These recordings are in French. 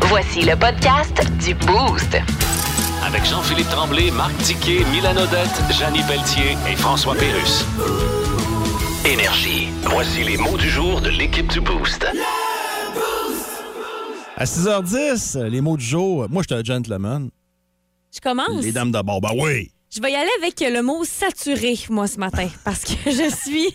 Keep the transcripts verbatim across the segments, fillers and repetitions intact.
Voici le podcast du Boost. Avec Jean-Philippe Tremblay, Marc Tiquet, Milan Odette, Jannie Pelletier et François Pérusse. Énergie. Voici les mots du jour de l'équipe du Boost. À six heures dix, les mots du jour. Moi, je suis un gentleman. Je commence. Les dames de bord, ben oui. Je vais y aller avec le mot saturé, moi, ce matin, parce que je suis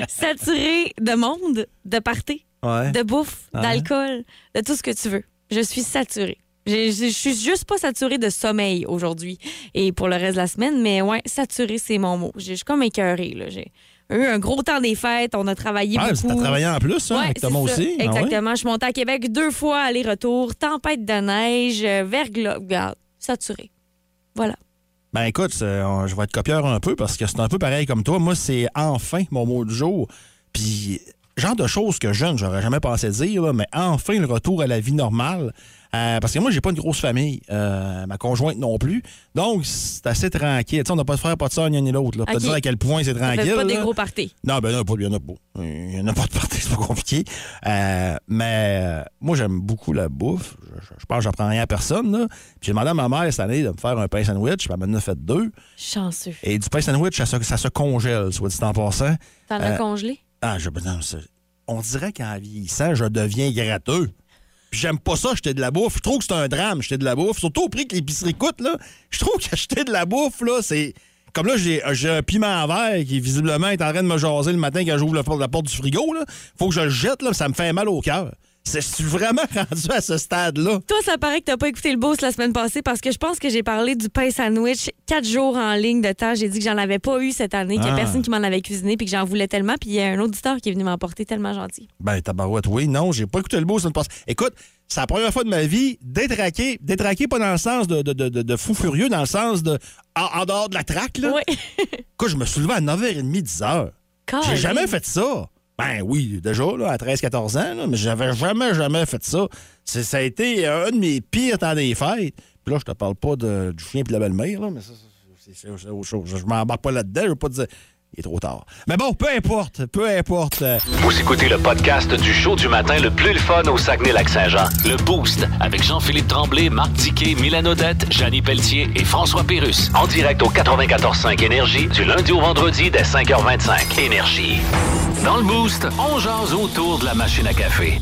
saturée de monde, de party, Ouais. de bouffe, Ouais. d'alcool, de tout ce que tu veux. Je suis saturée. Je, je, je suis juste pas saturée de sommeil aujourd'hui et pour le reste de la semaine, mais ouais, saturée, c'est mon mot. Je, je suis comme écœurée, là. J'ai eu un gros temps des fêtes, on a travaillé Ah, beaucoup. t'as travaillé en plus, hein, Ouais, avec c'est Thomas ça. aussi. Ah ouais? Exactement. Je suis montée à Québec deux fois, aller-retour, tempête de neige, euh, verglas. Regarde, saturée. Voilà. Ben écoute, c'est- on- je vais être copieur un peu parce que c'est un peu pareil comme toi. Moi, c'est enfin mon mot du jour. Puis, genre de choses que jeune, j'aurais jamais pensé dire, là, mais enfin le retour à la vie normale. Euh, parce que moi, j'ai pas une grosse famille. Euh, ma conjointe non plus. Donc, c'est assez tranquille. Tu sais, on n'a pas de frère, pas de soeur, ni un ni l'autre. Là. Pour Ok. te dire à quel point c'est Ça tranquille. fait pas des là. gros parties. Non, ben non, il n'y en a pas. Il n'y en a pas de partie, c'est pas compliqué. Euh, mais euh, moi, j'aime beaucoup la bouffe. Je, je- je pense que j'apprends rien à personne. Là. Puis j'ai demandé à ma mère cette année de me faire un pain sandwich. Puis elle m'en a fait deux. Chanceux. Et du pain sandwich, ça se, ça se congèle, soit dit en passant. T'en Euh, as congelé? Ah, je, non, c'est- on dirait qu'en vieillissant, je deviens gratteux. Puis j'aime pas ça, acheter de la bouffe. Je trouve que c'est un drame, acheter de la bouffe. Surtout au prix que l'épicerie coûte, là. Je trouve qu'acheter de la bouffe, là, c'est... Comme là, j'ai, j'ai un piment vert qui, visiblement, est en train de me jaser le matin quand j'ouvre la porte, la porte du frigo, là. Faut que je le jette, là, ça me fait mal au cœur. C'est, je suis vraiment rendu à ce stade-là. Toi, ça paraît que t'as pas écouté le Boost la semaine passée parce que je pense que j'ai parlé du pain sandwich quatre jours en ligne de temps. J'ai dit que j'en avais pas eu cette année, qu'il y a Ah. personne qui m'en avait cuisiné puis que j'en voulais tellement. Puis il y a un auditeur qui est venu m'emporter tellement gentil. Ben, tabarouette, oui, non, j'ai pas écouté le beau, ça me passe. Écoute, c'est la première fois de ma vie détraqué, détraqué pas dans le sens de, de, de, de- de fou furieux, dans le sens de en, en dehors de la traque, là. Oui. Écoute, je me suis levé à neuf heures trente, dix heures. J'ai jamais fait ça. Ben oui, déjà, là, à treize quatorze ans, là, mais j'avais jamais, jamais fait ça. C'est, ça a été un de mes pires temps des fêtes. Puis là, je te parle pas de, du chien et de la belle-mère, là, mais ça, c'est, c'est, c'est autre chose. Je m'embarque pas là-dedans, je veux pas te dire... Il est trop tard. Mais bon, peu importe, peu importe. euh, Vous écoutez le podcast du show du matin le plus le fun au Saguenay-Lac-Saint-Jean. Le Boost avec Jean-Philippe Tremblay, Marc Tiquet, Milan Odette, Jannie Pelletier et François Pérusse. En direct au quatre-vingt-quatorze cinq Énergie du lundi au vendredi dès cinq heures vingt-cinq. Énergie. Dans le Boost, on jase autour de la machine à café.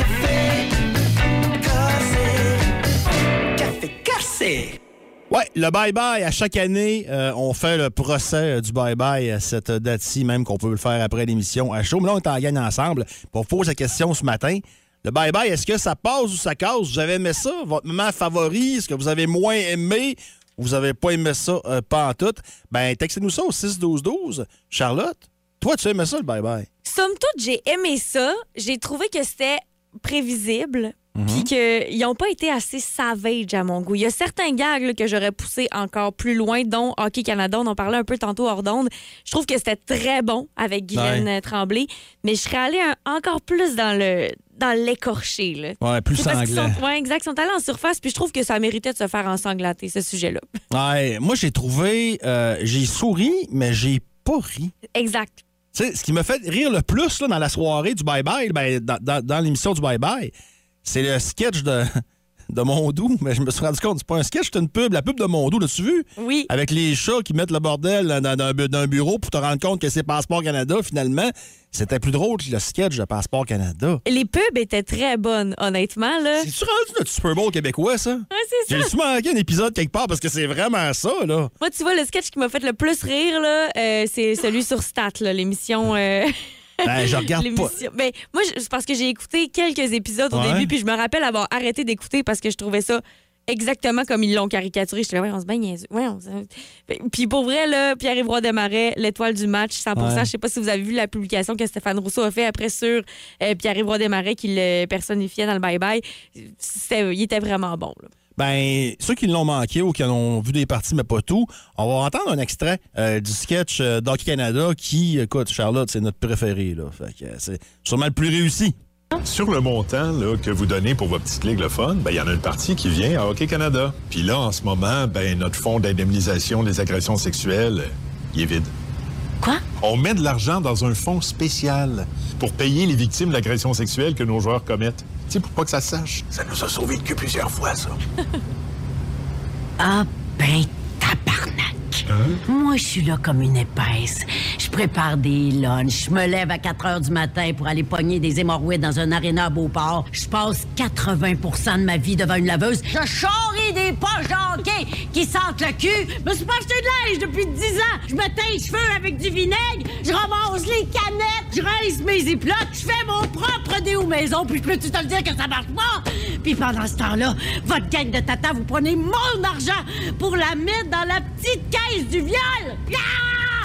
Ouais, le bye-bye, à chaque année, euh, on fait le procès euh, du bye-bye à cette date-ci, même qu'on peut le faire après l'émission à chaud. Mais là, on est en gagne ensemble. Pour poser la question ce matin, le bye-bye, est-ce que ça passe ou ça casse? Vous avez aimé ça? Votre moment favori? Est-ce que vous avez moins aimé? Ou vous avez pas aimé ça euh, pas en tout? Ben, textez-nous ça au six douze douze. Charlotte, toi, tu as aimé ça, le bye-bye? Somme toute, j'ai aimé ça. J'ai trouvé que c'était prévisible. Mhm. Puis qu'ils n'ont pas été assez savage à mon goût. Il y a certains gags là, que j'aurais poussé encore plus loin, dont Hockey Canada. On en parlait un peu tantôt hors d'onde. Je trouve que c'était très bon avec Guylaine Ouais. Tremblay. Mais je serais allée un- encore plus dans le dans l'écorché. Là. Ouais, plus C'est parce qu'ils sanglant. sont, ouais, exact. Ils sont allés en surface, puis je trouve que ça méritait de se faire ensanglanter, ce sujet-là. Ouais, moi, j'ai trouvé... euh, j'ai souri, mais j'ai pas ri. Exact. Tu sais, ce qui me fait rire le plus là, dans la soirée du bye-bye, ben, dans, dans- dans l'émission du bye-bye, c'est le sketch de, de Mondou. Mais je me suis rendu compte, c'est pas un sketch, c'est une pub. La pub de Mondou, l'as-tu vu? Oui. Avec les chats qui mettent le bordel dans, dans- dans un bu- dans un bureau pour te rendre compte que c'est Passeport Canada, finalement. C'était plus drôle que le sketch de Passeport Canada. Les pubs étaient très bonnes, honnêtement. Là. C'est-tu rendu notre Super Bowl québécois, ça? Ouais, c'est ça. J'ai-tu manqué un épisode quelque part parce que c'est vraiment ça, là? Moi, tu vois, le sketch qui m'a fait le plus rire, là, euh, c'est celui sur Stat, là, l'émission. euh, Ben, je regarde pas. l'émission. Ben, moi, je- c'est parce que j'ai écouté quelques épisodes au Ouais. début, puis je me rappelle avoir arrêté d'écouter parce que je trouvais ça exactement comme ils l'ont caricaturé. J'étais là, ouais, on se baigne. Ouais, on se... Puis pour vrai, là, Pierre-Yves Roy Desmarais, l'étoile du match, cent pour cent. Ouais. Je sais pas si vous avez vu la publication que Stéphane Rousseau a fait après sur euh, Pierre-Yves Roy Desmarais qui le personnifiait dans le bye-bye. C'était- Il était vraiment bon, là. Ben, ceux qui l'ont manqué ou qui en ont vu des parties, mais pas tout, on va entendre un extrait euh, du sketch euh, d'Hockey Canada qui, écoute, Charlotte, c'est notre préféré, là. Fait que euh, c'est sûrement le plus réussi. Sur le montant là, que vous donnez pour votre petite ligue le fun, ben, il y en a une partie qui vient à Hockey Canada. Puis là, en ce moment, ben, notre fonds d'indemnisation des agressions sexuelles, euh, il est vide. Quoi? On met de l'argent dans un fonds spécial pour payer les victimes d'agressions sexuelles que nos joueurs commettent. Tu sais, pour pas que ça sache. Ça nous a sauvé le cul plusieurs fois, ça. Ah ben, tabarnak. Hein? Moi, je suis là comme une épaisse. Je prépare des lunchs. Je me lève à quatre heures du matin pour aller pogner des hémorroïdes dans un aréna à Beauport. Je passe quatre-vingts pour cent de ma vie devant une laveuse. Je charrie des poches de hockey qui sentent le cul. Je me suis pas acheté de linge depuis dix ans. Je me teins les cheveux avec du vinaigre. Je ramasse les canettes. Je rince mes éplocs. Je fais mon propre déo maison. Puis je peux-tu te le dire que ça marche pas? Puis pendant ce temps-là, votre gang de tata, vous prenez mon argent pour la mettre dans la petite caisse du viol. Ah!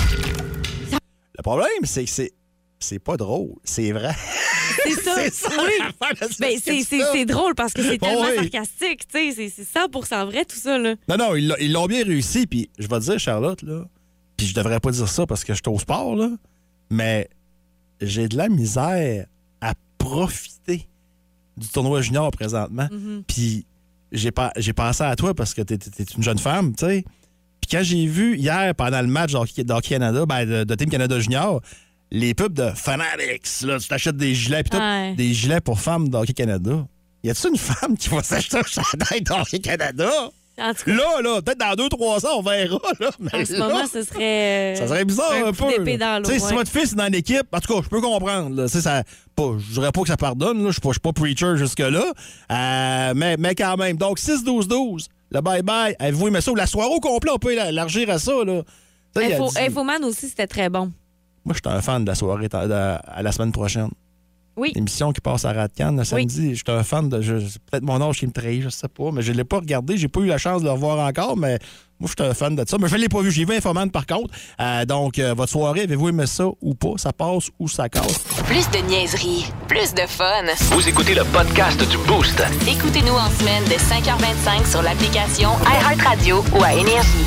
Le problème, c'est que c'est, c'est pas drôle. C'est vrai. C'est ça. c'est ça. Oui. Ben, c'est, c'est, c'est drôle parce que c'est oh, tellement oui. sarcastique. Tu sais, c'est, c'est cent pour cent vrai, tout ça. Là. Non, non, ils, ils l'ont bien réussi. Puis je vais te dire, Charlotte, là, puis je devrais pas dire ça parce que je suis au sport, là, mais j'ai de la misère à profiter du tournoi junior présentement. Mm-hmm. Puis j'ai, pas, j'ai pensé à toi parce que t'es, t'es une jeune femme, tu sais. Puis quand j'ai vu hier, pendant le match d'Hockey, d'Hockey Canada, ben, de, de Team Canada Junior, les pubs de Fanatics, là, tu t'achètes des gilets, puis tout, ouais. des gilets pour femmes d'Hockey Canada. Y a-tu une femme qui va s'acheter un chandail d'Hockey Canada? En tout cas, Là, là, peut-être dans deux trois ans, on verra. Là, mais en ce là, moment, ce serait. ça serait bizarre un, un peu. coup d'épée dans l'eau, Tu sais, si ouais. votre fils est dans l'équipe, en tout cas, je peux comprendre. Là, ça, pas, je dirais pas que ça pardonne. Là, je ne suis pas preacher jusque-là. Euh, mais, mais quand même. Donc, six douze douze, le bye-bye. Avez-vous aimé ça? La soirée au complet, on peut élargir à ça. Là. T'sais, Info, dit... Infoman aussi, c'était très bon. Moi, je suis un fan de la soirée t- de, à la semaine prochaine. Oui. L'émission qui passe à Radcan le samedi. Oui. Je suis un fan de. Je, c'est peut-être mon âge qui me trahit, je sais pas. Mais je ne l'ai pas regardé. J'ai pas eu la chance de le revoir encore. Mais moi, je suis un fan de ça. Mais je ne l'ai pas vu. J'ai vu Infoman par contre. Euh, donc, euh, votre soirée, avez-vous aimé ça ou pas? Ça passe ou ça casse? Plus de niaiserie, plus de fun. Vous écoutez le podcast du Boost. Écoutez-nous en semaine de cinq heures vingt-cinq sur l'application iHeartRadio ou à Énergie.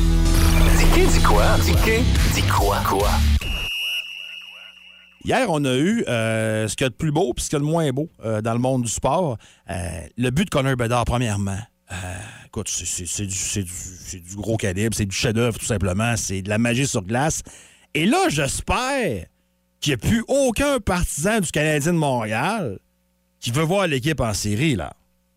Dis dis quoi? Dis dis quoi? Quoi? Hier, on a eu euh, ce qu'il y a de plus beau puis ce qu'il y a de moins beau euh, dans le monde du sport. Euh, le but de Connor Bedard, premièrement. Euh, écoute, c'est, c'est, c'est, du, c'est, du, c'est du gros calibre, c'est du chef-d'œuvre, tout simplement. C'est de la magie sur glace. Et là, j'espère qu'il n'y a plus aucun partisan du Canadien de Montréal qui veut voir l'équipe en série, là.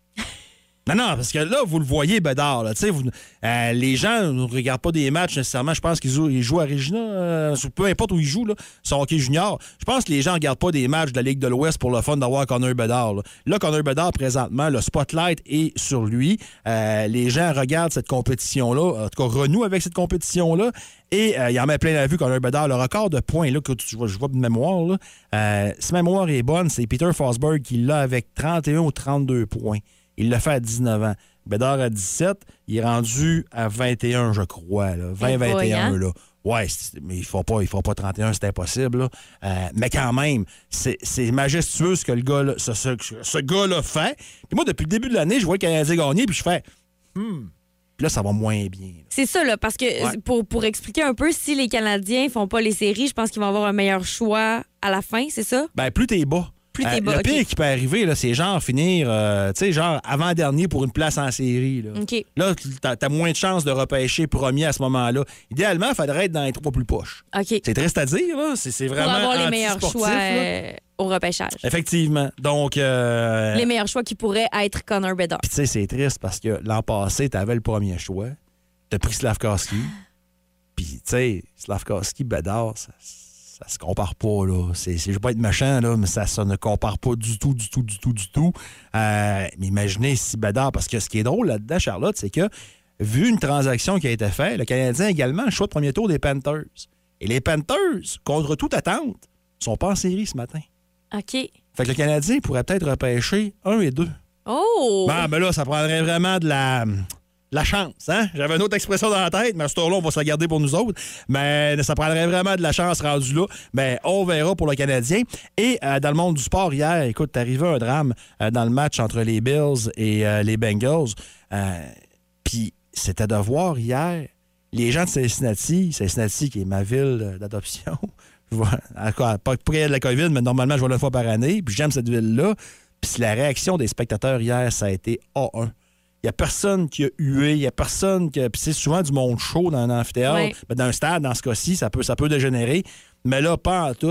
Non, non, parce que là, vous le voyez, Bedard. Là, vous, euh, les gens ne regardent pas des matchs nécessairement. Je pense qu'ils jouent, ils jouent à Regina, euh, peu importe où ils jouent, là, son hockey junior. Je pense que les gens ne regardent pas des matchs de la Ligue de l'Ouest pour le fun d'avoir Connor Bedard. Là, là Connor Bedard, présentement, le spotlight est sur lui. Euh, les gens regardent cette compétition-là, en tout cas, renouent avec cette compétition-là. Et euh, il en met plein la vue, Connor Bedard. Le record de points là, que tu vois, je vois de mémoire, là, euh, si ma mémoire est bonne, c'est Peter Forsberg qui l'a avec trente et un ou trente-deux points. Il l'a fait à dix-neuf ans. Bédard à dix-sept, il est rendu à vingt et un, je crois. Là. vingt vingt et un, là. Ouais, mais il ne faut pas, il faut pas trente et un, c'est impossible. Là. Euh, mais quand même, c'est, c'est majestueux ce que le gars, là, ce, ce, ce gars-là fait. Puis moi, depuis le début de l'année, je vois le Canadien gagner, puis je fais hmm. Puis là, ça va moins bien. Là. C'est ça, là, parce que ouais. pour, pour expliquer un peu, si les Canadiens font pas les séries, je pense qu'ils vont avoir un meilleur choix à la fin, c'est ça? Ben plus t'es bas. Euh, bas, le pire okay. qui peut arriver, là, c'est genre finir, euh, tu sais, genre avant-dernier pour une place en série. Là, okay. là t'as, t'as moins de chances de repêcher premier à ce moment-là. Idéalement, il faudrait être dans les trois plus poches. Okay. C'est triste à dire, là. C'est, c'est vraiment pour avoir les meilleurs choix euh, au repêchage. Effectivement. Donc... Euh... Les meilleurs choix qui pourraient être Connor Bedard. Puis tu sais, c'est triste parce que l'an passé, t'avais le premier choix. T'as pris Slavkovski. Puis, tu sais, Slavkovski, Bedard, ça... Ça se compare pas, là. C'est, c'est, je veux pas être méchant, là, mais ça, ça ne compare pas du tout, du tout, du tout, du tout. Euh, mais imaginez si Bedard, parce que ce qui est drôle là-dedans, Charlotte, c'est que, vu une transaction qui a été faite, le Canadien a également le choix de premier tour des Panthers. Et les Panthers, contre toute attente, sont pas en série ce matin. OK. Fait que le Canadien pourrait peut-être repêcher un et deux. Oh! Ben, ben là, ça prendrait vraiment de la... La chance, hein? J'avais une autre expression dans la tête, mais à ce tour-là, on va se la garder pour nous autres. Mais ça prendrait vraiment de la chance rendu là. Mais on verra pour le Canadien. Et euh, dans le monde du sport, hier, écoute, t'es arrivé un drame euh, dans le match entre les Bills et euh, les Bengals. Euh, Puis c'était de voir hier les gens de Cincinnati, Cincinnati qui est ma ville d'adoption. Je vois, pas pour de la COVID, mais normalement, je vais une fois par année. Puis j'aime cette ville-là. Puis la réaction des spectateurs hier, ça a été A un. Il n'y a personne qui a hué, il n'y a personne qui a... Puis c'est souvent du monde chaud dans un amphithéâtre. Ouais. Ben dans un stade, dans ce cas-ci, ça peut, ça peut dégénérer. Mais là, pas en tout.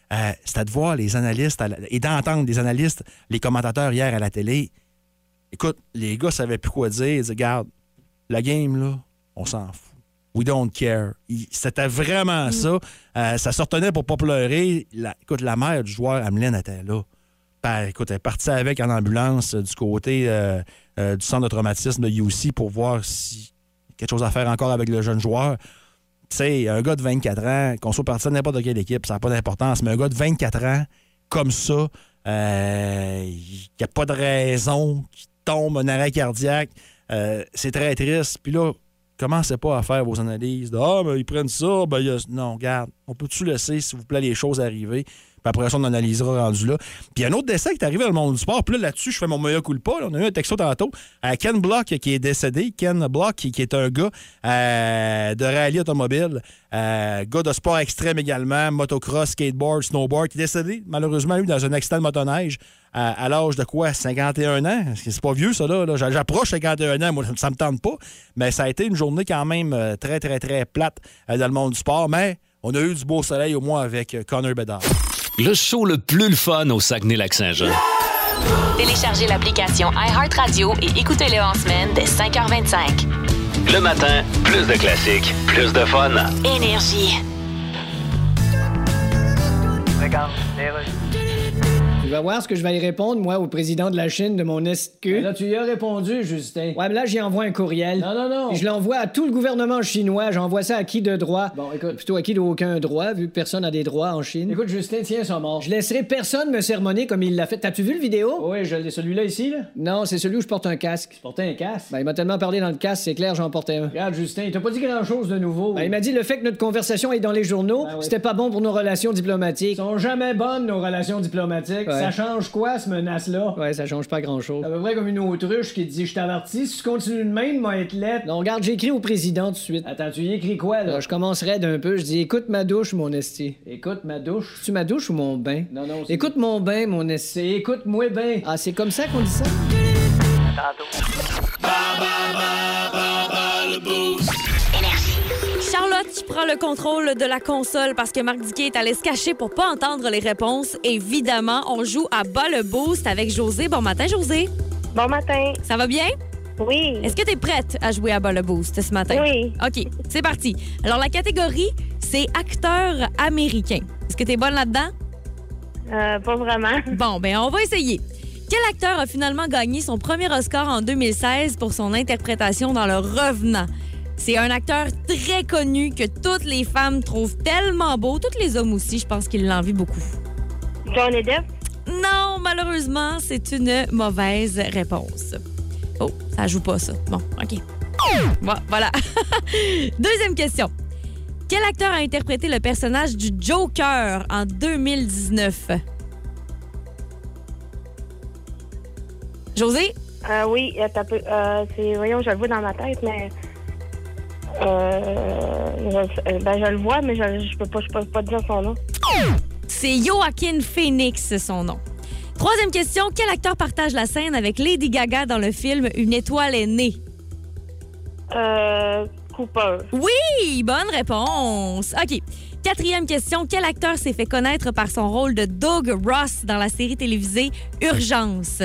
Euh, c'était de voir les analystes la, et d'entendre des analystes, les commentateurs hier à la télé. Écoute, les gars savaient plus quoi dire. Ils disaient, regarde, la game, là, on s'en fout. We don't care. Il, c'était vraiment mm. ça. Euh, ça se retenait pour pas pleurer. La, écoute, la mère du joueur, Ameline, était là. Ben, écoute, elle est partie avec en ambulance euh, du côté euh, euh, du centre de traumatisme de U C pour voir si y a quelque chose à faire encore avec le jeune joueur. Tu sais, un gars de vingt-quatre ans, qu'on soit parti de n'importe quelle équipe, ça n'a pas d'importance, mais un gars de vingt-quatre ans, comme ça, il euh, n'y a pas de raison qu'il tombe un arrêt cardiaque. Euh, c'est très triste. Puis là, commencez pas à faire vos analyses de « Ah, mais ils prennent ça, ben, y a... non, regarde, on peut-tu laisser, s'il vous plaît, les choses arriver? » Puis après ça, on analysera rendu là. Puis il y a un autre décès qui est arrivé dans le monde du sport. Puis là, là-dessus, je fais mon meilleur coup de pas. On a eu un texto tantôt. Euh, Ken Block qui est décédé. Ken Block qui, qui est un gars euh, de rallye automobile. Euh, gars de sport extrême également. Motocross, skateboard, snowboard. Qui est décédé, malheureusement, eu dans un accident de motoneige à, à l'âge de quoi? cinquante et un ans? C'est pas vieux, ça, là. là. J'approche cinquante et un ans. Moi, ça me tente pas. Mais ça a été une journée quand même très, très, très plate euh, dans le monde du sport. Mais on a eu du beau soleil au moins avec Connor Bedard. Le show le plus le fun au Saguenay-Lac-Saint-Jean. Téléchargez l'application iHeartRadio et écoutez-le en semaine dès cinq heures vingt-cinq. Le matin, plus de classiques, plus de fun. Énergie. Regarde, les rues. Tu vas voir ce que je vais y répondre, moi, au président de la Chine de mon S Q. Là, tu y as répondu, Justin. Ouais, mais là, j'y envoie un courriel. Non, non, non. Et je l'envoie à tout le gouvernement chinois. J'envoie ça à qui de droit? Bon, écoute, plutôt à qui d'aucun droit, vu que personne n'a des droits en Chine. Écoute, Justin, tiens, son mort. Je laisserai personne me sermonner comme il l'a fait. T'as-tu vu le vidéo? Oui, je l'ai. Celui-là ici, là? Non, c'est celui où je porte un casque. Tu portais un casque? Ben, il m'a tellement parlé dans le casque, c'est clair, j'en portais un. Regarde, Justin, il t'a pas dit grand-chose de nouveau. Ben, il m'a dit le fait que notre conversation est dans les journaux, ben, oui. C'était pas bon pour nos relations diplomatiques. Sont jamais bonnes, nos relations diplomatiques. Ouais. Ça change quoi? Ce menace-là. Ouais, ça change pas grand-chose. C'est à peu près comme une autruche qui te dit « Je t'avertis, si tu continues de même, moi être lettre. » Non, regarde, j'ai écrit au président tout de suite. Attends, tu y écris quoi, là? Alors, je commencerai d'un peu. Je dis « Écoute ma douche, mon esti. » Écoute ma douche? C'est-tu ma douche ou mon bain? Non, non, c'est... Écoute mon bain, mon esti. Écoute-moi bain. Ah, c'est comme ça qu'on dit ça? Tantôt. Ba, ba, ba, ba, ba, le boost. Charlotte qui prend le contrôle de la console parce que Marc Diquet est allé se cacher pour pas entendre les réponses. Évidemment, on joue à bas le boost avec Josée. Bon matin, Josée. Bon matin. Ça va bien? Oui. Est-ce que tu es prête à jouer à bas le boost ce matin? Oui. OK, c'est parti. Alors, la catégorie, c'est acteur américain. Est-ce que tu es bonne là-dedans? Euh, pas vraiment. Bon, ben on va essayer. Quel acteur a finalement gagné son premier Oscar en deux mille seize pour son interprétation dans Le Revenant? C'est un acteur très connu que toutes les femmes trouvent tellement beau. Tous les hommes aussi, je pense qu'ils l'envient beaucoup. Johnny Depp? Non, malheureusement, c'est une mauvaise réponse. Oh, ça joue pas, ça. Bon, OK. Bon, voilà. Deuxième question. Quel acteur a interprété le personnage du Joker en deux mille dix-neuf? José? Euh, oui, attends un peu. Euh, c'est, voyons, je le vois dans ma tête, mais... Euh, je, ben, je le vois, mais je, je peux pas, je peux pas dire son nom. C'est Joaquin Phoenix, son nom. Troisième question. Quel acteur partage la scène avec Lady Gaga dans le film Une étoile est née? Euh, Cooper. Oui, bonne réponse. OK. Quatrième question. Quel acteur s'est fait connaître par son rôle de Doug Ross dans la série télévisée Urgence?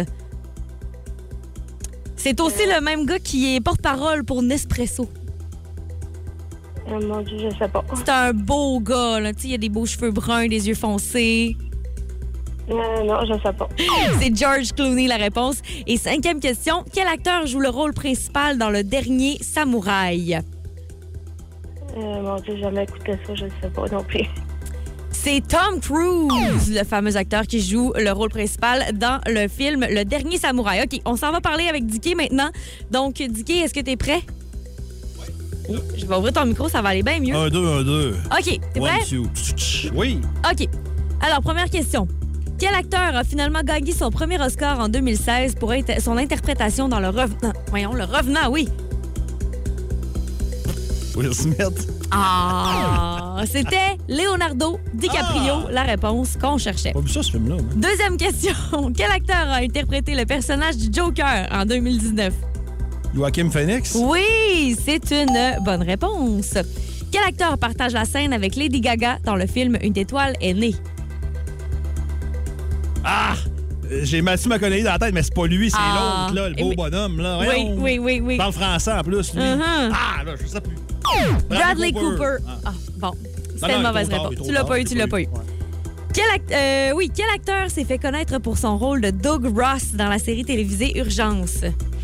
C'est aussi euh... le même gars qui est porte-parole pour Nespresso. Oh mon Dieu, je sais pas. C'est un beau gars, là. Tu sais, il a des beaux cheveux bruns, des yeux foncés. Euh, non, je sais pas. C'est George Clooney, la réponse. Et cinquième question. Quel acteur joue le rôle principal dans Le Dernier Samouraï? Euh, mon Dieu, j'ai jamais écouté ça, je sais pas non plus. C'est Tom Cruise, le fameux acteur qui joue le rôle principal dans le film Le Dernier Samouraï. OK, on s'en va parler avec Dicky maintenant. Donc, Dicky, est-ce que t'es prêt? Je vais ouvrir ton micro, ça va aller bien mieux. Un, deux, un, deux. OK, t'es prêt? One, two. Oui. OK. Alors, première question. Quel acteur a finalement gagné son premier Oscar en deux mille seize pour inter- son interprétation dans Le Revenant? Voyons, Le Revenant, oui. Will Smith. Ah! C'était Leonardo DiCaprio, ah! La réponse qu'on cherchait. Pas vu ça, ce film-là. Hein? Deuxième question. Quel acteur a interprété le personnage du Joker en deux mille dix-neuf? Joaquin Phoenix? Oui, c'est une bonne réponse. Quel acteur partage la scène avec Lady Gaga dans le film Une étoile est née? Ah! J'ai Mathieu McConaughey dans la tête, mais c'est pas lui, c'est Ah. l'autre, là, le beau Mais- bonhomme. Là. Oui, Voyons. oui, oui, oui. Il parle français en plus, lui. Uh-huh. Ah, là, je sais plus. Bradley Cooper. Ah, bon. C'était une non, mauvaise il est trop tard, réponse. il est trop Tu l'as tard, pas eu, je tu l'ai l'as pas pas eu. eu. Ouais. Quel, act- euh, oui, quel acteur s'est fait connaître pour son rôle de Doug Ross dans la série télévisée Urgence?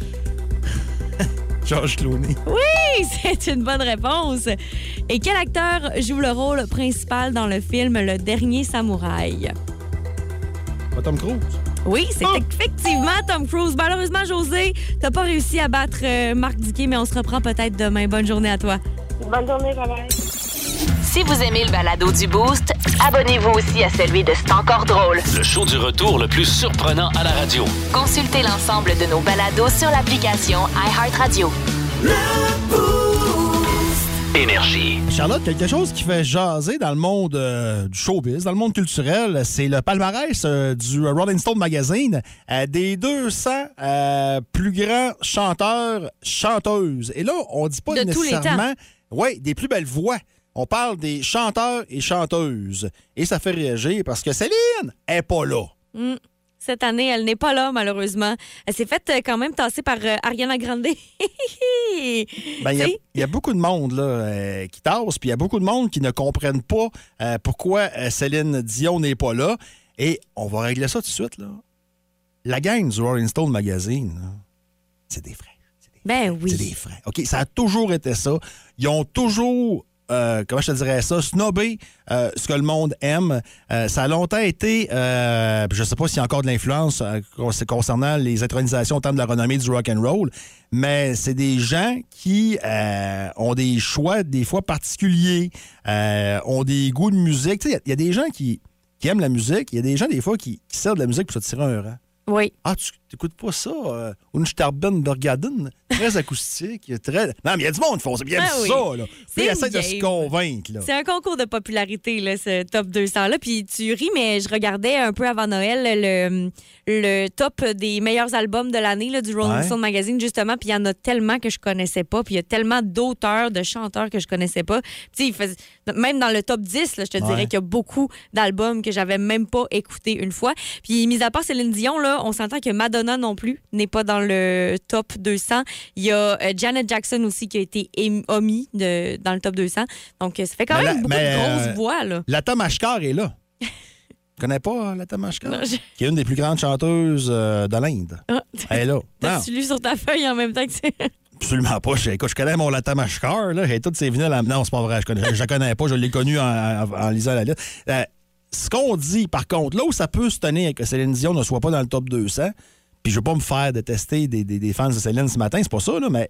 George Clooney. Oui, c'est une bonne réponse. Et quel acteur joue le rôle principal dans le film Le Dernier Samouraï? Pas Tom Cruise. Oui, c'est effectivement Tom Cruise. Malheureusement, José, t'as pas réussi à battre euh, Marc Diquet, mais on se reprend peut-être demain. Bonne journée à toi. Bonne journée, bye bye. Si vous aimez le balado du Boost, abonnez-vous aussi à celui de C'est encore drôle. Le show du retour le plus surprenant à la radio. Consultez l'ensemble de nos balados sur l'application iHeartRadio. Énergie. Charlotte, quelque chose qui fait jaser dans le monde euh, du showbiz, dans le monde culturel, c'est le palmarès euh, du Rolling Stone Magazine euh, des deux cents euh, plus grands chanteurs, chanteuses. Et là, on dit pas De tous les nécessairement... Oui, des plus belles voix. On parle des chanteurs et chanteuses. Et ça fait réagir parce que Céline est pas là. Mm. Cette année, elle n'est pas là, malheureusement. Elle s'est faite euh, quand même tasser par euh, Ariana Grande. Ben, il y a- Tu sais? il y, a beaucoup de monde là, euh, qui tasse, puis il y a beaucoup de monde qui ne comprennent pas euh, pourquoi euh, Céline Dion n'est pas là. Et on va régler ça tout de suite. Là. La gang du Rolling Stone Magazine, là, c'est des frères. C'est des, Ben oui. c'est des frères. OK, ça a toujours été ça. Ils ont toujours... Euh, comment je te dirais ça, snobber euh, ce que le monde aime. Euh, ça a longtemps été, euh, je ne sais pas s'il y a encore de l'influence euh, concernant les intronisations au temps de la renommée du rock and roll, mais c'est des gens qui euh, ont des choix des fois particuliers, euh, ont des goûts de musique. Tu sais, il y, y a des gens qui, qui aiment la musique, il y a des gens des fois qui, qui servent de la musique pour se tirer un rang. Oui. Ah, tu n'écoutes pas ça? Euh, Unsterben Bergaden? Très acoustique. Très... Non, mais il y a du monde qui font ça. Puis ils aiment Ah oui. ça, là. C'est Puis ils une essaient de se game. convaincre, là. C'est un concours de popularité, là, ce top deux cents-là. Puis tu ris, mais je regardais un peu avant Noël le, le top des meilleurs albums de l'année là, du Rolling Ouais. Stone Magazine, justement. Puis il y en a tellement que je connaissais pas. Puis il y a tellement d'auteurs, de chanteurs que je connaissais pas. Puis tu sais, il faisait- même dans le top dix, là, je te Ouais. dirais qu'il y a beaucoup d'albums que j'avais même pas écoutés une fois. Puis mis à part Céline Dion, là, on s'entend que Madonna non plus n'est pas dans le top deux cents. Il y a euh, Janet Jackson aussi qui a été émi- omis de, dans le top deux cents. Donc, euh, ça fait quand Mais même la- beaucoup mais, de grosses euh, voix, là. Lata Mashkar est là. Tu connais pas euh, Lata Mashkar? Non, je- Qui est une des plus grandes chanteuses euh, de l'Inde. Ah, Elle est là. Non, T'as-tu lu sur ta feuille en même temps que c'est... absolument pas. Je, écoute, je connais mon Lata Mashkar, là. J'ai toutes ses vinyles. à- Non, c'est pas vrai. Je, connais, je la connais pas. Je l'ai connue en, en- en lisant la liste. Euh, ce qu'on dit, par contre, là où ça peut se tenir que Céline Dion ne soit pas dans le top deux cents, puis je veux pas me faire détester des, des, des fans de Céline ce matin, c'est pas ça, là, mais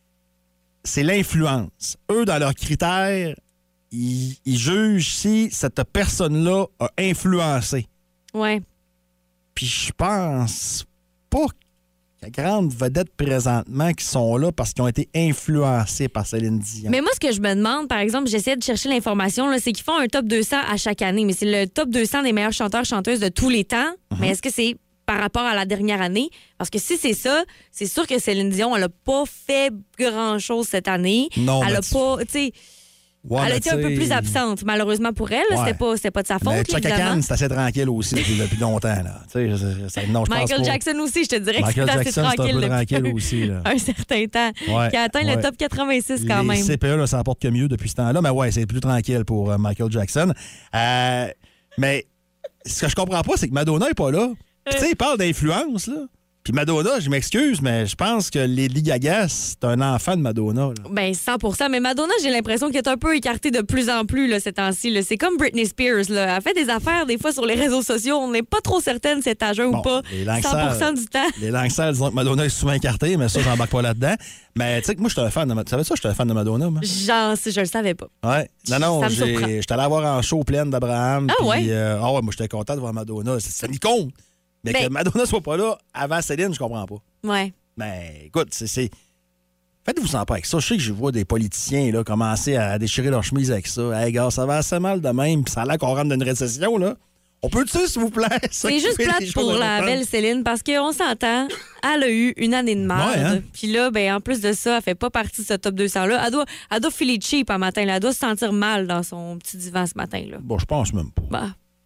c'est l'influence. Eux, dans leurs critères, ils, ils jugent si cette personne-là a influencé. Ouais. Puis je pense pas qu'il y a grandes vedettes présentement qui sont là parce qu'ils ont été influencés par Céline Dion. Mais moi, ce que je me demande, par exemple, j'essaie de chercher l'information, là, c'est qu'ils font un top deux cents à chaque année, mais c'est le top deux cents des meilleurs chanteurs, chanteuses de tous les temps. Mhm. Mais est-ce que c'est par rapport à la dernière année? Parce que si c'est ça, c'est sûr que Céline Dion, elle n'a pas fait grand-chose cette année. Non, Elle mais a tu- pas, tu sais, Ouais, elle a mais été un peu tu sais, plus absente, malheureusement pour elle. Ouais. C'était pas, c'était pas de sa faute, Mais là, Chaka évidemment. Khan, c'est assez tranquille aussi depuis, depuis longtemps. Là. Tu sais, je- ça- non, je pense Michael pas. Jackson aussi, je te dirais Michael que c'est assez Jackson, c'est un tranquille peu depuis tranquille un- aussi, là. un certain temps. Ouais, Qui a atteint ouais. le top quatre-vingt-six quand Les même. C P E, là, ça rapporte que mieux depuis ce temps-là. Mais ouais, c'est plus tranquille pour euh, Michael Jackson. Euh, mais ce que je comprends pas, c'est que Madonna est pas là. Puis, tu sais, il parle d'influence, là. Puis Madonna, je m'excuse, mais je pense que Lady Gaga, c'est un enfant de Madonna. Là. Ben cent pour cent. Mais Madonna, j'ai l'impression qu'elle est un peu écartée de plus en plus là, ces temps-ci. là. C'est comme Britney Spears. Là. Elle fait des affaires des fois sur les réseaux sociaux. On n'est pas trop certaine si c'est à jeun Bon, ou pas. les langues cent pour cent du temps. Les langues sales disons que Madonna est souvent écartée, mais ça, j'embarque pas là-dedans. Mais tu sais que moi, je suis un fan de Madonna. Tu savais ça, je suis un fan de Madonna, moi? Genre, si je le savais pas. Ouais. Non, non, Ça me j'ai- surprend. j'étais allé la voir en show pleine d'Abraham. Ah puis, ouais? euh, ah ouais, moi, j'étais content de voir Madonna. Ça, ça m'y compte. Mais Ben- que Madonna soit pas là avant Céline, je comprends pas. Ouais. Mais écoute, c'est. c'est- Faites-vous en pas avec ça. Je sais que je vois des politiciens là, commencer à déchirer leur chemise avec ça. Hey, gars, ça va assez mal de même, puis ça a l'air qu'on rentre dans une récession, là. On peut-tu, s'il vous plaît? C'est juste plate pour la belle Céline parce qu'on s'entend, elle a eu une année de merde. Ouais, hein? Puis là, ben, en plus de ça, elle fait pas partie de ce top deux cents-là. Elle doit, elle doit filer cheap un matin. Là. Elle doit se sentir mal dans son petit divan ce matin. Là. Bon, je pense même pas. Bah.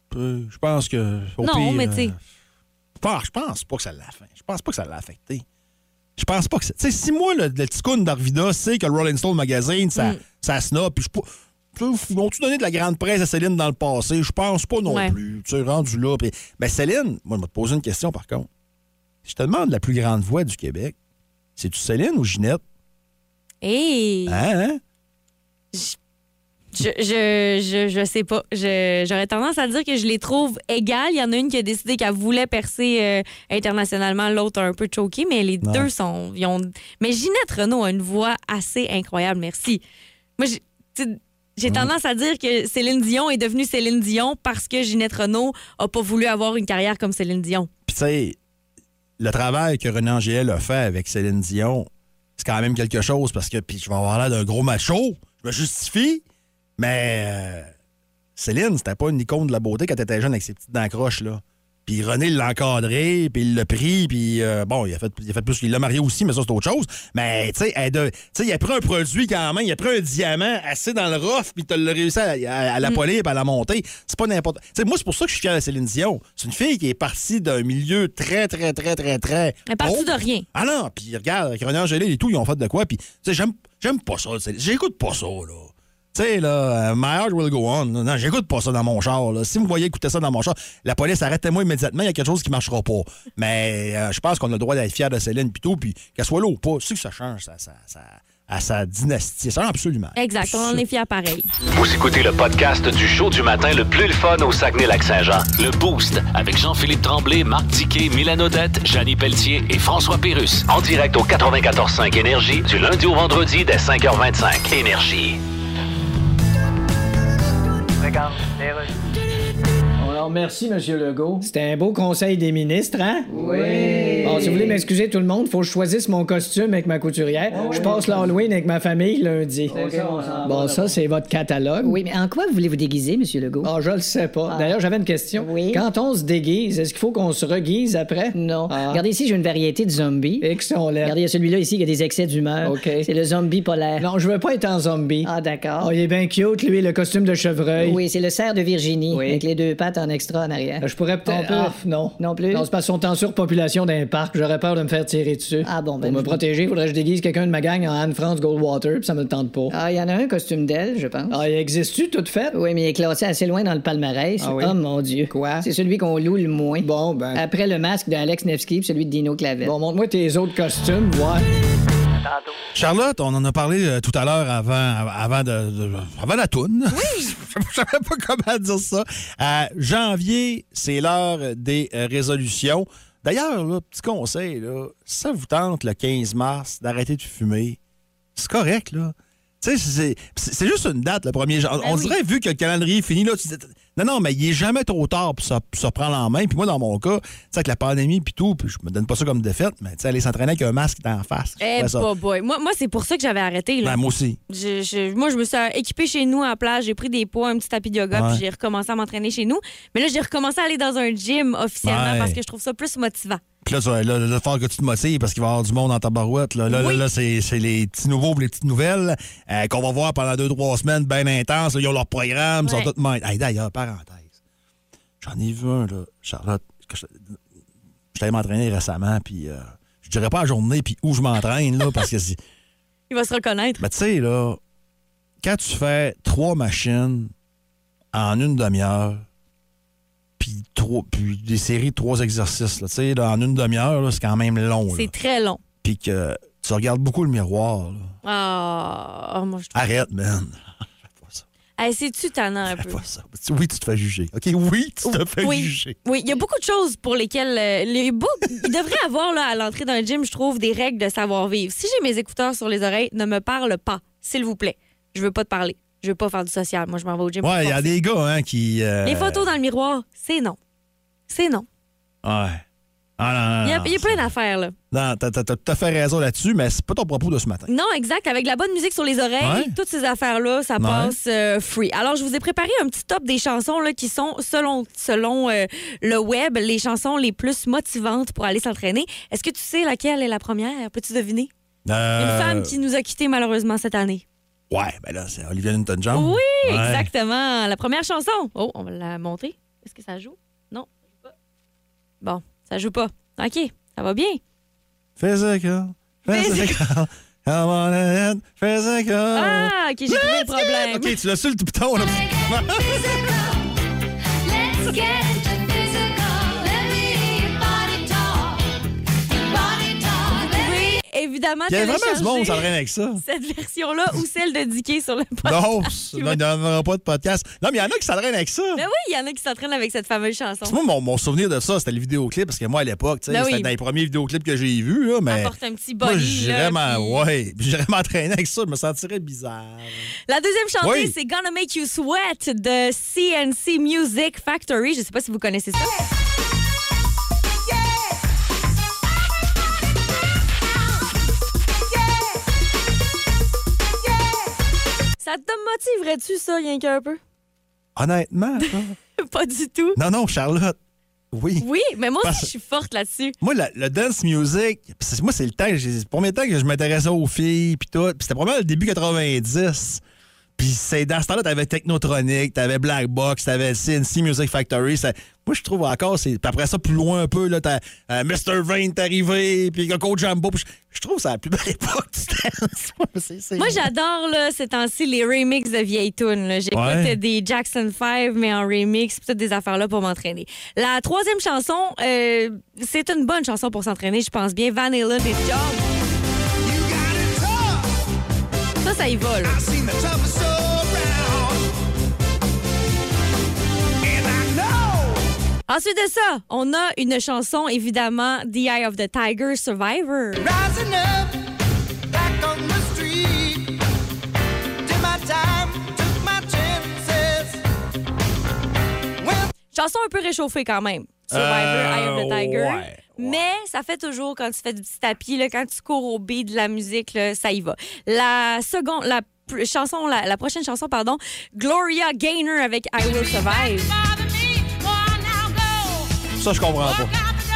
Euh, Je pense que. Au Non, pire, mais tu sais. euh, je pense- je pense pas que ça l'a fait. Je pense pas que ça l'a affecté. Je pense pas que ça. Tu sais, si moi, le, le petit coon d'Arvida sait que le Rolling Stone Magazine, ça, Mm. ça snob, puis je pas. Ils m'ont-tu donné de la grande presse à Céline dans le passé? Je pense pas non Ouais. plus. Tu sais, rendu là. Puis, ben, Céline, moi, je vais te poser une question par contre. Je te demande la plus grande voix du Québec. C'est-tu Céline ou Ginette? Hey! Hein, hein? Je, je, je, je sais pas. Je- j'aurais tendance à dire que je les trouve égales. Il y en a une qui a décidé qu'elle voulait percer euh, internationalement, l'autre a un peu choqué, mais les Ouais. deux sont. Ils ont... Mais Ginette Renault a une voix assez incroyable, merci. Moi, j'ai tu sais, j'ai tendance à dire que Céline Dion est devenue Céline Dion parce que Ginette Renault a pas voulu avoir une carrière comme Céline Dion. Puis, tu sais, le travail que René Angélil a fait avec Céline Dion, c'est quand même quelque chose parce que, puis je vais avoir l'air d'un gros macho, je me justifie, mais euh, Céline, c'était pas une icône de la beauté quand elle était jeune avec ses petites dents croches, là. Puis René l'a encadré, puis il l'a pris, puis euh, bon, il a, fait, il a fait plus qu'il l'a marié aussi, mais ça, c'est autre chose. Mais, tu sais, elle de- tu sais, il a pris un produit quand même, il a pris un diamant assez dans le rough, puis il a réussi à, à, à la polir puis à la monter. C'est pas n'importe... Tu sais, moi, c'est pour ça que je suis fier de Céline Dion. C'est une fille qui est partie d'un milieu très, très, très, très, très... Elle est partie pauvre. de rien. Ah non, puis regarde, avec René Angélil et tout, ils ont fait de quoi, puis, tu sais, j'aime, j'aime pas ça, Céline. J'écoute pas ça, là. Tu sais, là, euh, My Heart Will Go On. Non, j'écoute pas ça dans mon char. Là. Si vous voyez écouter ça dans mon char, la police arrêtez-moi immédiatement, il y a quelque chose qui marchera pas. Mais euh, je pense qu'on a le droit d'être fiers de Céline pis tout, puis qu'elle soit là ou pas, c'est que ça change ça, ça, ça, à sa dynastie. Ça, absolument. Exact, on en est fiers pareil. Vous écoutez le podcast du show du matin le plus le fun au Saguenay-Lac-Saint-Jean. Le Boost avec Jean-Philippe Tremblay, Marc Tiquet, Milan Odette, Janine Pelletier et François Pérusse. En direct au quatre-vingt-quatorze cinq Énergie du lundi au vendredi dès cinq heures vingt-cinq. Énergie. Alors, merci, M. Legault. C'était un beau conseil des ministres, hein? Oui. Bon, si vous voulez m'excuser, tout le monde, faut que je choisisse mon costume avec ma couturière. Je passe l'Halloween avec ma famille lundi. Bon, ça, c'est votre catalogue. Oui, mais en quoi voulez-vous déguiser, M. Legault? Ah, je le sais pas. D'ailleurs, j'avais une question. Oui. Quand on se déguise, est-ce qu'il faut qu'on se reguise après? Non. Ah. Regardez ici, j'ai une variété de zombies. Et que sont là. Regardez, il y a celui-là ici qui a des excès d'humeur. OK. C'est le zombie polaire. Non, je veux pas être en zombie. Ah, d'accord. Oh, il est bien cute, lui, le costume de chevreuil. Oui, c'est le cerf de Virginie, Oui. avec les deux pattes en extra en arrière. Je pourrais peut-être... On peut. Ah, non. Non plus? Non, c'est parce qu'ils sont en surpopulation d'un parc. J'aurais peur de me faire tirer dessus. Ah bon, ben... Pour me je- protéger, faudrait que je déguise quelqu'un de ma gang en Anne-France Goldwater, puis ça me le tente pas. Ah, il y en a un costume d'elle, je pense. Ah, il existe-tu, toute faite? Oui, mais il est classé assez loin dans le palmarès. Ah oui? Oh mon Dieu. Quoi? C'est celui qu'on loue le moins. Bon, ben... Après le masque d'Alex Nevsky et celui de Dino Clavel. Bon, montre-moi tes autres costumes, ouais. Charlotte, on en a parlé euh, tout à l'heure avant, avant, de, de- avant la toune. Oui! Je savais pas comment dire ça. Euh, janvier, c'est l'heure des euh, résolutions. D'ailleurs, là, petit conseil, là, si ça vous tente le quinze mars d'arrêter de fumer, c'est correct, là. Tu sais, c'est, c'est, c'est juste une date, le premier janvier. Ben On oui. dirait, vu que le calendrier est fini, là, tu dis, non, non, mais il est jamais trop tard pour se, pour se prendre en main. Puis moi, dans mon cas, tu sais, avec la pandémie puis tout, puis je me donne pas ça comme défaite, mais tu sais, aller s'entraîner avec un masque en face. je Eh, ferais ça. bah, boy. Moi, moi c'est pour ça que j'avais arrêté. Là. Ben, moi aussi. Je- je- moi, je me suis équipée chez nous à la plage. J'ai pris des poids, un petit tapis de yoga, Ouais. puis j'ai recommencé à m'entraîner chez nous. Mais là, j'ai recommencé à aller dans un gym officiellement Ouais. parce que je trouve ça plus motivant. Puis là, ça- là, là, il faut que tu te motives parce qu'il va y avoir du monde dans ta barouette. Là, là, Oui. là, là, c'est, c'est les petits nouveaux et les petites nouvelles euh, qu'on va voir pendant deux, trois semaines bien intenses. Là, ils ont leur programme, ils Ouais. sont tous maîtres. Hey, d'ailleurs, parenthèse, j'en ai vu un, là, Charlotte, que je, je allé m'entraîner récemment, puis euh, je dirais pas la journée, puis où je m'entraîne, là, parce que c'est... Il va se reconnaître. Mais tu sais, là, quand tu fais trois machines en une demi-heure, puis trois- puis des séries de trois exercices, là, tu sais, là, en une demi-heure, là, c'est quand même long. là. C'est très long. Puis que tu regardes beaucoup le miroir. là. Ah, oh, moi, je trouve. Arrête, man. Fais pas ça. Hey, c'est-tu tannant un Fais peu? pas ça. Oui, tu te fais juger. OK, oui, tu te fais Oui. juger. Oui, il y a beaucoup de choses pour lesquelles. euh, les beaux- il devrait avoir là, à l'entrée d'un gym, je trouve, des règles de savoir-vivre. Si j'ai mes écouteurs sur les oreilles, ne me parle pas, s'il vous plaît. Je veux pas te parler. Je veux pas faire du social. Moi, je m'en vais au gym. pour Ouais, il y a forcer. des gars hein, qui. euh, Les photos dans le miroir, c'est non. C'est non. Ouais. Ah, non, non, Il y a, non, il y a c'est- plein d'affaires, là. Non, t'as, t'as, t'as tout à fait raison là-dessus, mais c'est pas ton propos de ce matin. Non, exact. Avec la bonne musique sur les oreilles, Ouais. toutes ces affaires-là, ça Ouais. passe euh, free. Alors, je vous ai préparé un petit top des chansons là, qui sont, selon, selon euh, le web, les chansons les plus motivantes pour aller s'entraîner. Est-ce que tu sais laquelle est la première? Peux-tu deviner? Euh, Une femme qui nous a quittés malheureusement cette année. Ouais, ben là, c'est Olivia Newton-John. Oui, Ouais. exactement. La première chanson. Oh, on va la monter. Est-ce que ça joue? Non, ça joue pas. Bon, ça joue pas. OK, ça va bien. Physical, physical, come on and physical. Ah, OK, j'ai trouvé le problème. OK, tu l'as su le tout piton, là. Let's get into physical. Let me hear your body talk. Your body talk. Let me... Évidemment, Il y a vraiment du télécharger monde qui s'entraîne avec ça. cette version-là ou celle de Dicky sur le podcast. Non, il n'y en aura pas de podcast. Non, mais il y en a qui s'entraînent avec ça. Ben oui, il y en a qui s'entraînent avec cette fameuse chanson. Moi, mon, mon souvenir de ça, c'était le vidéoclip, parce que moi, à l'époque, tu sais, Ben c'était oui. dans les premiers vidéoclips que j'ai vus, là, mais... Apporte un petit moi, body, j'ai là, vraiment, puis- ouais, puis j'ai vraiment entraîné avec ça, je me sentirais bizarre. La deuxième chantée, Oui. c'est Gonna Make You Sweat de C N C Music Factory. Je sais pas si vous connaissez ça. Ça te motiverait-tu, ça, rien qu'un peu? Honnêtement, Pas du tout. non, non, Charlotte, oui. Oui, mais moi aussi, Parce- je suis forte là-dessus. Moi, le, le dance music, c'est- moi, c'est le temps, que j'ai- le premier temps que je m'intéressais aux filles, puis tout. Puis c'était probablement le début quatre-vingt-dix. Puis c'est dans ce temps-là, t'avais Technotronic, t'avais Black Box, t'avais C N C Music Factory. Ça- moi, je trouve encore, c'est. Puis après ça, plus loin un peu, là, t'as euh, mister Vane est arrivé, puis Coco Jumbo. Puis je, je trouve que c'est la plus belle époque du dance. C'est- c'est- Moi, j'adore, là, ces temps-ci, les remixes de vieilles tunes. là. J'écoute Ouais. des Jackson five, mais en remix, puis toutes des affaires-là pour m'entraîner. La troisième chanson, euh, c'est une bonne chanson pour s'entraîner, je pense bien. Van Halen et Job. Ça, ça y va, là. Ensuite de ça, on a une chanson, évidemment, The Eye of the Tiger, Survivor. Rising up, back on the street. Did my time, took my chances. Chanson un peu réchauffée quand même. Survivor, Euh, Eye of the Tiger. ouais. Mais ça fait toujours quand tu fais du petit tapis, là, quand tu cours au beat de la musique, là, ça y va. La seconde, la pr- chanson, la, la prochaine chanson, pardon, Gloria Gaynor avec I Will Survive. Ça, je comprends pas.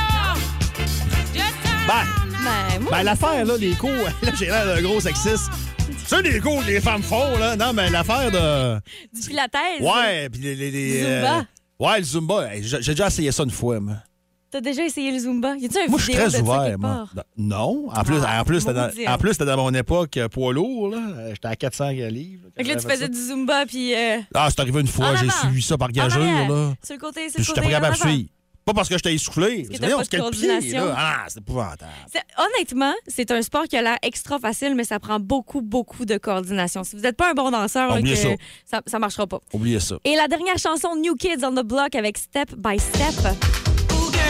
Ben, Ben, moi, ben l'affaire, là, les cours, là, j'ai l'air d'un gros sexiste. C'est les cours que les femmes font, là. Non, mais l'affaire de. du pilates. Ouais, puis les. les, les, Zumba. euh, ouais, le Zumba. Hey, J'ai j'ai déjà essayé ça une fois, moi. T'as déjà essayé le Zumba? Y a-tu un Moi, je suis vidéo très de ça ouvert, quelque moi. part? Non. En plus, Ah, en plus, c'était maudit, dans, hein. en plus, c'était dans mon époque euh, poids lourd, là. J'étais à quatre cents livres. Fait que là, tu quand j'avais faisais fait du Zumba, puis... euh, ça. Ah, c'est arrivé une fois, en j'ai avant, suivi ça par en gageure, arrière, là. Sur le côté, sur Puis le j'étais côté, pas capable en de avant. suivre. Pas parce que j'étais essoufflé. que C'est t'as voyons, pas de quel pied, coordination. là. Ah, c'est épouvantable. C'est- Honnêtement, c'est un sport qui a l'air extra facile, mais ça prend beaucoup, beaucoup de coordination. Si vous n'êtes pas un bon danseur, là, Oubliez que ça. ça. ça marchera pas. Oubliez ça. Et la dernière chanson, New Kids on the Block avec Step by Step. Ooh, girl,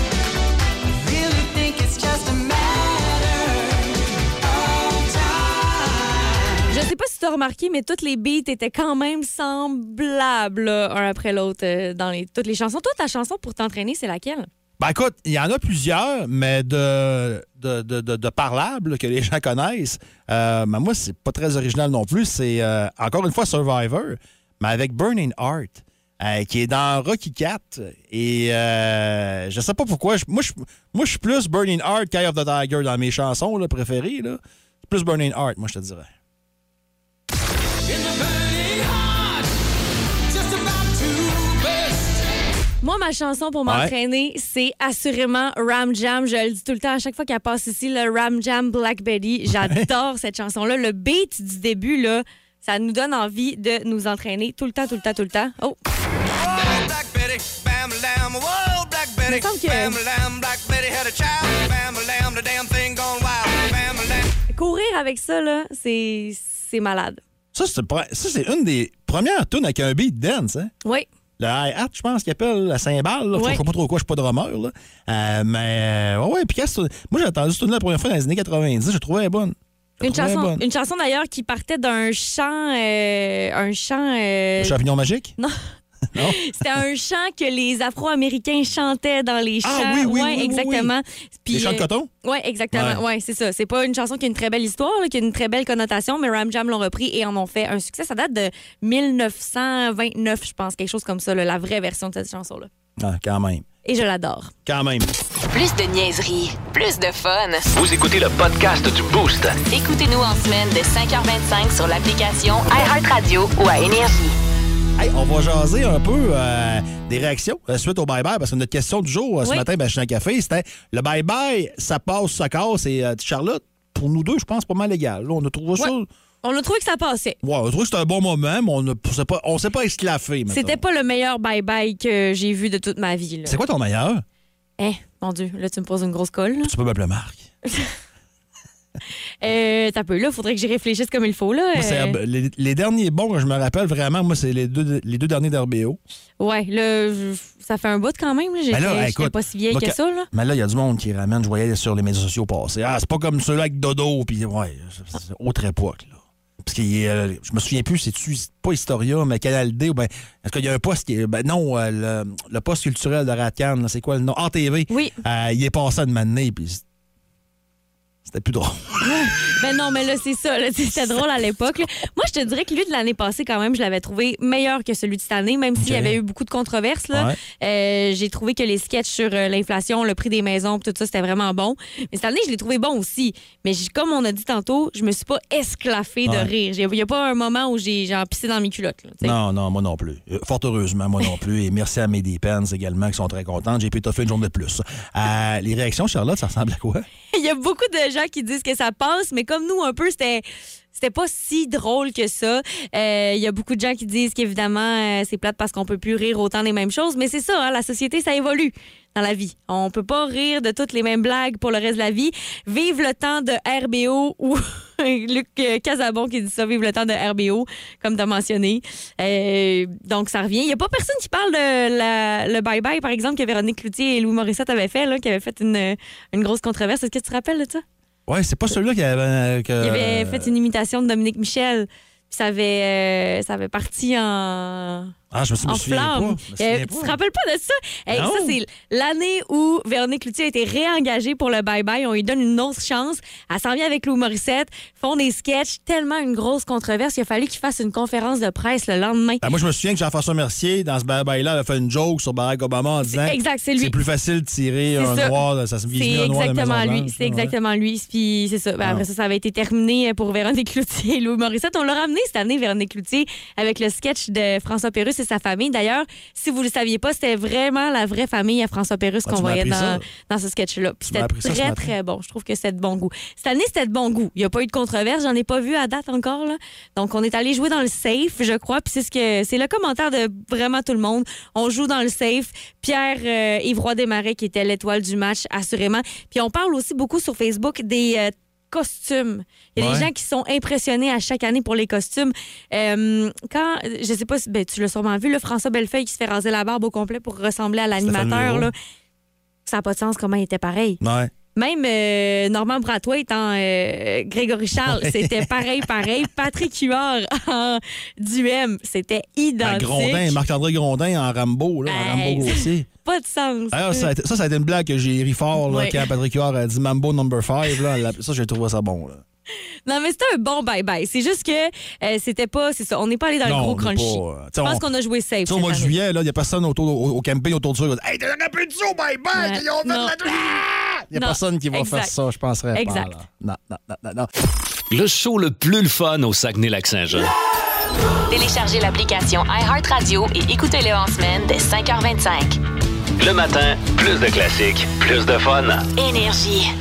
I really think it's just a matter of time. Je sais pas si tu as remarqué, mais toutes les beats étaient quand même semblables, là, un après l'autre, euh, dans les, toutes les chansons. Toi, ta chanson pour t'entraîner, c'est laquelle? Ben écoute, il y en a plusieurs, mais de, de, de, de, de parlables que les gens connaissent. Euh, mais moi, c'est pas très original non plus. C'est euh, encore une fois Survivor, mais avec Burning Heart, euh, qui est dans Rocky quatre. Et euh, je sais pas pourquoi. je- moi, je, moi, je suis plus Burning Heart qu'Eye of the Tiger dans mes chansons là, préférées. Là. Plus Burning Heart, moi, je te dirais. In the burning heart, just about to burst. Moi, ma chanson pour Ouais. m'entraîner, c'est assurément Ram Jam. Je le dis tout le temps, à chaque fois qu'elle passe ici, le Ram Jam Black Betty. J'adore cette chanson-là. Le beat du début, là, ça nous donne envie de nous entraîner tout le temps, tout le temps, tout le temps. Oh! Whoa, Black Betty, bam, lamb, whoa, Black Betty, Il me semble que- bam, lamb, Black Betty had a child, bam, lamb, the damn thing gone wild, bam, lamb. Courir avec ça, là, c'est c'est malade. Ça, c'est, le pre- ça, c'est une des premières tunes avec un beat dance. Hein? Oui. Le hi-hat, je pense qu'il appelle la cymbale. là. Ouais. Je sais pas trop quoi, je suis pas drummer. Là. Euh, mais, euh, ouais, ouais, puis qu'est-ce que- moi, j'ai entendu cette tune la première fois dans les années quatre-vingt-dix. Je la trouvais bonne. Je la Une trouvais chanson, bonne. une chanson d'ailleurs qui partait d'un chant. euh, un chant. euh, Le champignon magique? Non. Non? C'était un chant que les Afro-Américains chantaient dans les champs. Ah oui, oui, ouais, oui, oui, exactement. Puis, Les champs de euh, coton? Oui, exactement. Ouais. Ouais, c'est ça. C'est pas une chanson qui a une très belle histoire, là, qui a une très belle connotation, mais Ram Jam l'ont repris et en ont fait un succès. Ça date de mille neuf cent vingt-neuf, je pense, quelque chose comme ça, là, la vraie version de cette chanson-là. Ah, quand même. Et je l'adore. Quand même. Plus de niaiserie, plus de fun. Vous écoutez le podcast du Boost. Écoutez-nous en semaine de cinq heures vingt-cinq sur l'application iHeartRadio ou à Énergie. Hey, on va jaser un peu euh, des réactions euh, suite au bye-bye, parce que notre question du jour euh, ce Oui. matin, ben, chez un café, c'était le bye-bye, ça passe, ça casse. Et euh, Charlotte, pour nous deux, je pense pas mal légal. Là, on a trouvé ça. Ouais. On a trouvé que ça passait. Ouais, on a trouvé que c'était un bon moment, mais on ne s'est pas, on s'est pas esclaffé. mettons. C'était pas le meilleur bye-bye que j'ai vu de toute ma vie. Là. C'est quoi ton meilleur? Eh, mon Dieu, là, tu me poses une grosse colle. là. Tu peux m'appeler Marc. Euh, t'as peu, là, faudrait que j'y réfléchisse comme il faut, là. Moi, c'est, Euh, euh, les, les derniers bons que je me rappelle vraiment, moi, c'est les deux, les deux derniers d'R B O. Ouais, là, je- ça fait un bout quand même. Là. J'étais, Ben là, j'étais écoute, pas si vieille moi, que quand- ça, là. Mais là, il y a du monde qui ramène, je voyais sur les médias sociaux passer. Ah, c'est pas comme ceux-là avec Dodo, puis ouais, c'est c'est autre époque, là. Parce que euh, je me souviens plus, c'est-tu pas Historia, mais Canal D, ou ben, est-ce qu'il y a un poste qui est. Ben non, euh, le, le poste culturel de Radcan, là, c'est quoi le nom? A T V. Oui. Euh, il est passé à de m'amener, puis c'était plus drôle. Ben non, mais là, c'est ça. Là, c'était drôle à l'époque. là. Moi, je te dirais que lui de l'année passée, quand même, je l'avais trouvé meilleur que celui de cette année, même s'il y Ok. avait eu beaucoup de controverses. Là. Ouais. Euh, j'ai trouvé que les sketchs sur euh, l'inflation, le prix des maisons, pis tout ça, c'était vraiment bon. Mais cette année, je l'ai trouvé bon aussi. Mais j'ai- comme on a dit tantôt, je me suis pas esclaffée de Ouais. rire. Il n'y a pas un moment où j'ai genre pissé dans mes culottes. Là, tu sais. Non, non, moi non plus. Euh, Fort heureusement, moi non plus. Et merci à Mady Pens également, qui sont très contentes. J'ai pu étoffer une journée de plus. Euh, les réactions, Charlotte, ça ressemble à quoi? Il y a beaucoup de gens qui disent que ça passe, mais comme nous, un peu, c'était. C'était pas si drôle que ça. Euh, Il y a beaucoup de gens qui disent qu'évidemment, euh, c'est plate parce qu'on peut plus rire autant des mêmes choses. Mais c'est ça, hein, la société, ça évolue dans la vie. On peut pas rire de toutes les mêmes blagues pour le reste de la vie. Vive le temps de R B O ou Luc euh, Casabon qui dit ça, vive le temps de R B O, comme tu as mentionné. Euh, donc, ça revient. Il y a pas personne qui parle de la- le bye-bye, par exemple, que Véronique Cloutier et Louis Morissette avaient fait, là, qui avait fait une, une grosse controverse. Est-ce que tu te rappelles de ça? Ouais, c'est pas celui-là qui avait. euh, que- Il avait fait une imitation de Dominique Michel. Puis ça avait, euh, ça avait parti en, Ah, je me, suis- me en souviens flamme. pas. Je me Euh, souviens tu pas. te rappelles pas de ça? Hey, Non. ça, c'est l'année où Véronique Cloutier a été réengagée pour le bye-bye. On lui donne une autre chance. Elle s'en vient avec Louis Morissette, font des sketchs. Tellement une grosse controverse. Il a fallu qu'il fasse une conférence de presse le lendemain. Ben, moi, je me souviens que Jean-François Mercier, dans ce bye-bye-là, avait fait une joke sur Barack Obama en disant Exact, c'est lui. c'est plus facile de tirer C'est un ça. noir, ça se vise C'est mieux un noir de la exactement Maison lui. Blanche, C'est là, ouais. exactement lui. Puis c'est ça. Ben, Ah. après ça, ça avait été terminé pour Véronique Cloutier et Louis Morissette. On l'a ramené cette année, Véronique Cloutier, avec le sketch de François Pérusse et sa famille. D'ailleurs, si vous le saviez pas, c'était vraiment la vraie famille à François Pérusse Ah, qu'on tu m'as voyait appris dans, ça. dans ce sketch-là. Puis Tu m'as c'était appris ça ce très, matin. très bon. Je trouve que c'était de bon goût. Cette année, c'était de bon goût. Il n'y a pas eu de controverse. J'en ai pas vu à date encore. Là. Donc, on est allé jouer dans le safe, je crois. Puis c'est ce que c'est le commentaire de vraiment tout le monde. On joue dans le safe. Pierre euh, Yves Desmarais, qui était l'étoile du match, assurément. Puis on parle aussi beaucoup sur Facebook des euh, costumes. Il y a Ouais. des gens qui sont impressionnés à chaque année pour les costumes. Euh, quand, je sais pas si ben, tu l'as sûrement vu, le François Bellefeuille qui se fait raser la barbe au complet pour ressembler à l'animateur. Léo. là. Ça n'a pas de sens comment il était pareil. Ouais. Même euh, Normand Brathwaite en euh, Grégory Charles, Ouais. c'était pareil, pareil. Patrick Huard en Duhem, c'était Ben, identique. Grondin, Marc-André Grondin en Rambo, là, en Hey, Rambo grossier. Pas de sens. D'ailleurs, ça, a été- ça, ça a été une blague que j'ai ri fort là, Ouais. quand Patrick Huard a dit Mambo number five. Là, la- ça, j'ai trouvé ça bon. Là. Non, mais c'était un bon bye-bye. C'est juste que euh, c'était pas... C'est ça, on n'est pas allé dans Non, le gros on n'est crunchy. pas, euh, Je t'sais, pense on- qu'on a joué safe. Tu sais, au mois de cette année. juillet, il n'y a personne autour, au, au camping autour de ça qui va dire Hey, t'as rappelé de ça au bye-bye, Ouais. ils ont fait Non. la. Il n'y a Non. personne qui va Exact. faire ça, je penserais Exact. pas. Là. Non, non, non, non, non. Le show le plus le fun au Saguenay-Lac-Saint-Jean. Téléchargez l'application iHeartRadio et écoutez-le en semaine dès cinq heures vingt-cinq. Le matin, plus de classiques, plus de fun. Énergie.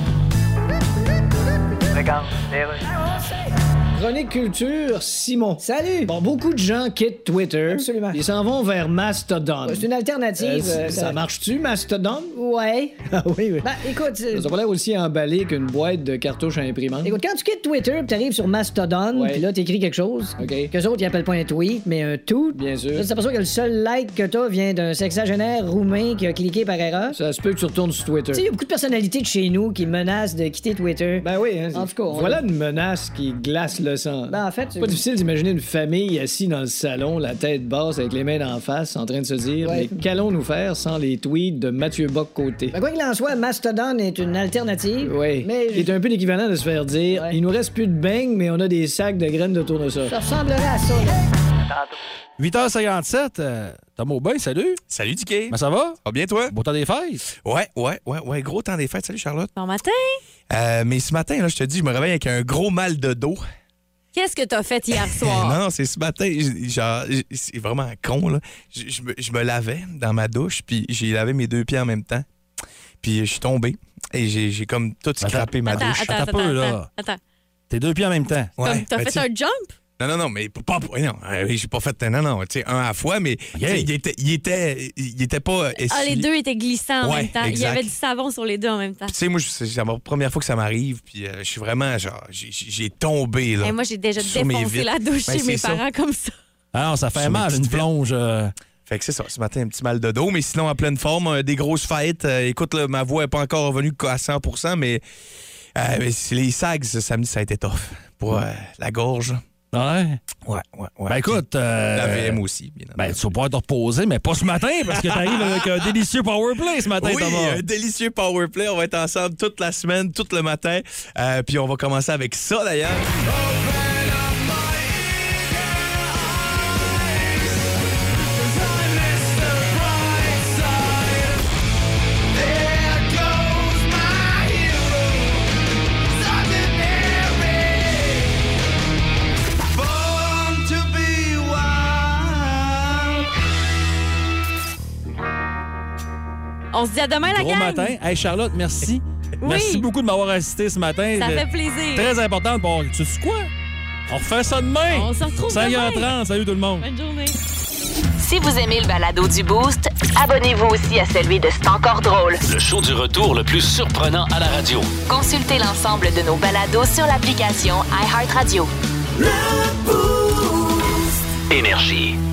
Chronique culture, Simon. Salut! Bon, beaucoup de gens quittent Twitter. Absolument. Ils s'en vont vers Mastodon. C'est une alternative. Euh, euh, ça marche-tu, Mastodon? Ouais. Ah oui, oui. Ben, écoute, euh, Ça a pas l'air aussi emballé qu'une boîte de cartouches à imprimante. écoute, quand tu quittes Twitter, puis t'arrives sur Mastodon, Ouais. puis là, t'écris quelque chose. OK. Qu'eux autres, ils appellent pas un tweet, mais un tout. Bien sûr. Là, tu t'aperçois que le seul like que t'as vient d'un sexagénaire roumain qui a cliqué par erreur. Ça se peut que tu retournes sur Twitter. Tu sais, il y a beaucoup de personnalités de chez nous qui menacent de quitter Twitter. Ben oui, hein. En tout cas, on- Voilà une menace qui glace le sang. Ben, en fait, C'est pas difficile d'imaginer une famille assise dans le salon, la tête basse, avec les mains d'en face, en train de se dire Ouais. mais qu'allons-nous faire sans les tweets de Mathieu Bock-Côté? Ben, quoi qu'il en soit, Mastodon est une alternative. Oui. Mais C'est un peu l'équivalent de se faire dire Ouais. il nous reste plus de beignes, mais on a des sacs de graines de tournesol. ça ressemblerait à ça. là. huit heures cinquante-sept, euh, Tom Aubin, salut. Salut, Dicky. Ben, ça va? Va bien, toi? Beau temps des fêtes. Ouais, ouais, ouais, ouais. Gros temps des fêtes. Salut, Charlotte. Bon matin. Euh, mais ce matin, là, je te dis, je me réveille avec un gros mal de dos. Qu'est-ce que t'as fait hier soir? Non, non, c'est ce matin. Genre, c'est vraiment con, là. Je, je, me, je me lavais dans ma douche, puis j'ai lavé mes deux pieds en même temps. Puis je suis tombé et j'ai, j'ai comme tout scrappé ma attends, douche. Attends, Attends attends, un peu, attends, là. attends. Tes deux pieds en même temps. Ouais, Comme t'as ben, fait t'sais- un jump? Non, non, non, mais pas pour. Non, euh, j'ai pas fait. Non, non, tu sais, un à la fois, mais t'sais, il, était, il, était, il était pas. Ah, essuyé. les deux étaient glissants en Ouais, même temps. Il y exact. avait du savon sur les deux en même temps. Tu sais, moi, je- c'est la première fois que ça m'arrive, puis euh, je suis vraiment, genre, j'ai, j'ai tombé, là. Et moi, j'ai déjà sur mes défoncé vitres. la douche Ben, chez c'est mes ça. parents comme ça. Ah non, ça fait Sur mes mal, une petites plonge. euh, Fait que c'est ça, ce matin, un petit mal de dos, mais sinon, en pleine forme, euh, des grosses fêtes. Euh, écoute, là, ma voix n'est pas encore revenue à cent pour cent, mais, euh, mais c'est les sags, ce samedi, ça a été tough. Pour euh, la gorge. Ouais. Ouais, ouais, ouais. Ben écoute. euh, La V M aussi, bien Ben, tu vas pouvoir te reposer, mais pas ce matin, parce que t'arrives avec un délicieux powerplay ce matin, Oui, Thomas. un délicieux powerplay. On va être ensemble toute la semaine, tout le matin. Euh, puis on va commencer avec ça, d'ailleurs. On se dit à demain, la Gros gang. matin. Hey, Charlotte, merci. Oui. Merci beaucoup de m'avoir assisté ce matin. Ça Je- fait plaisir. Très important. Bon, tu sais quoi? On refait ça demain. On se retrouve cinq heures demain. trente. Salut tout le monde. Bonne journée. Si vous aimez le balado du Boost, abonnez-vous aussi à celui de C'est encore drôle. Le show du retour le plus surprenant à la radio. Consultez l'ensemble de nos balados sur l'application iHeartRadio. Énergie.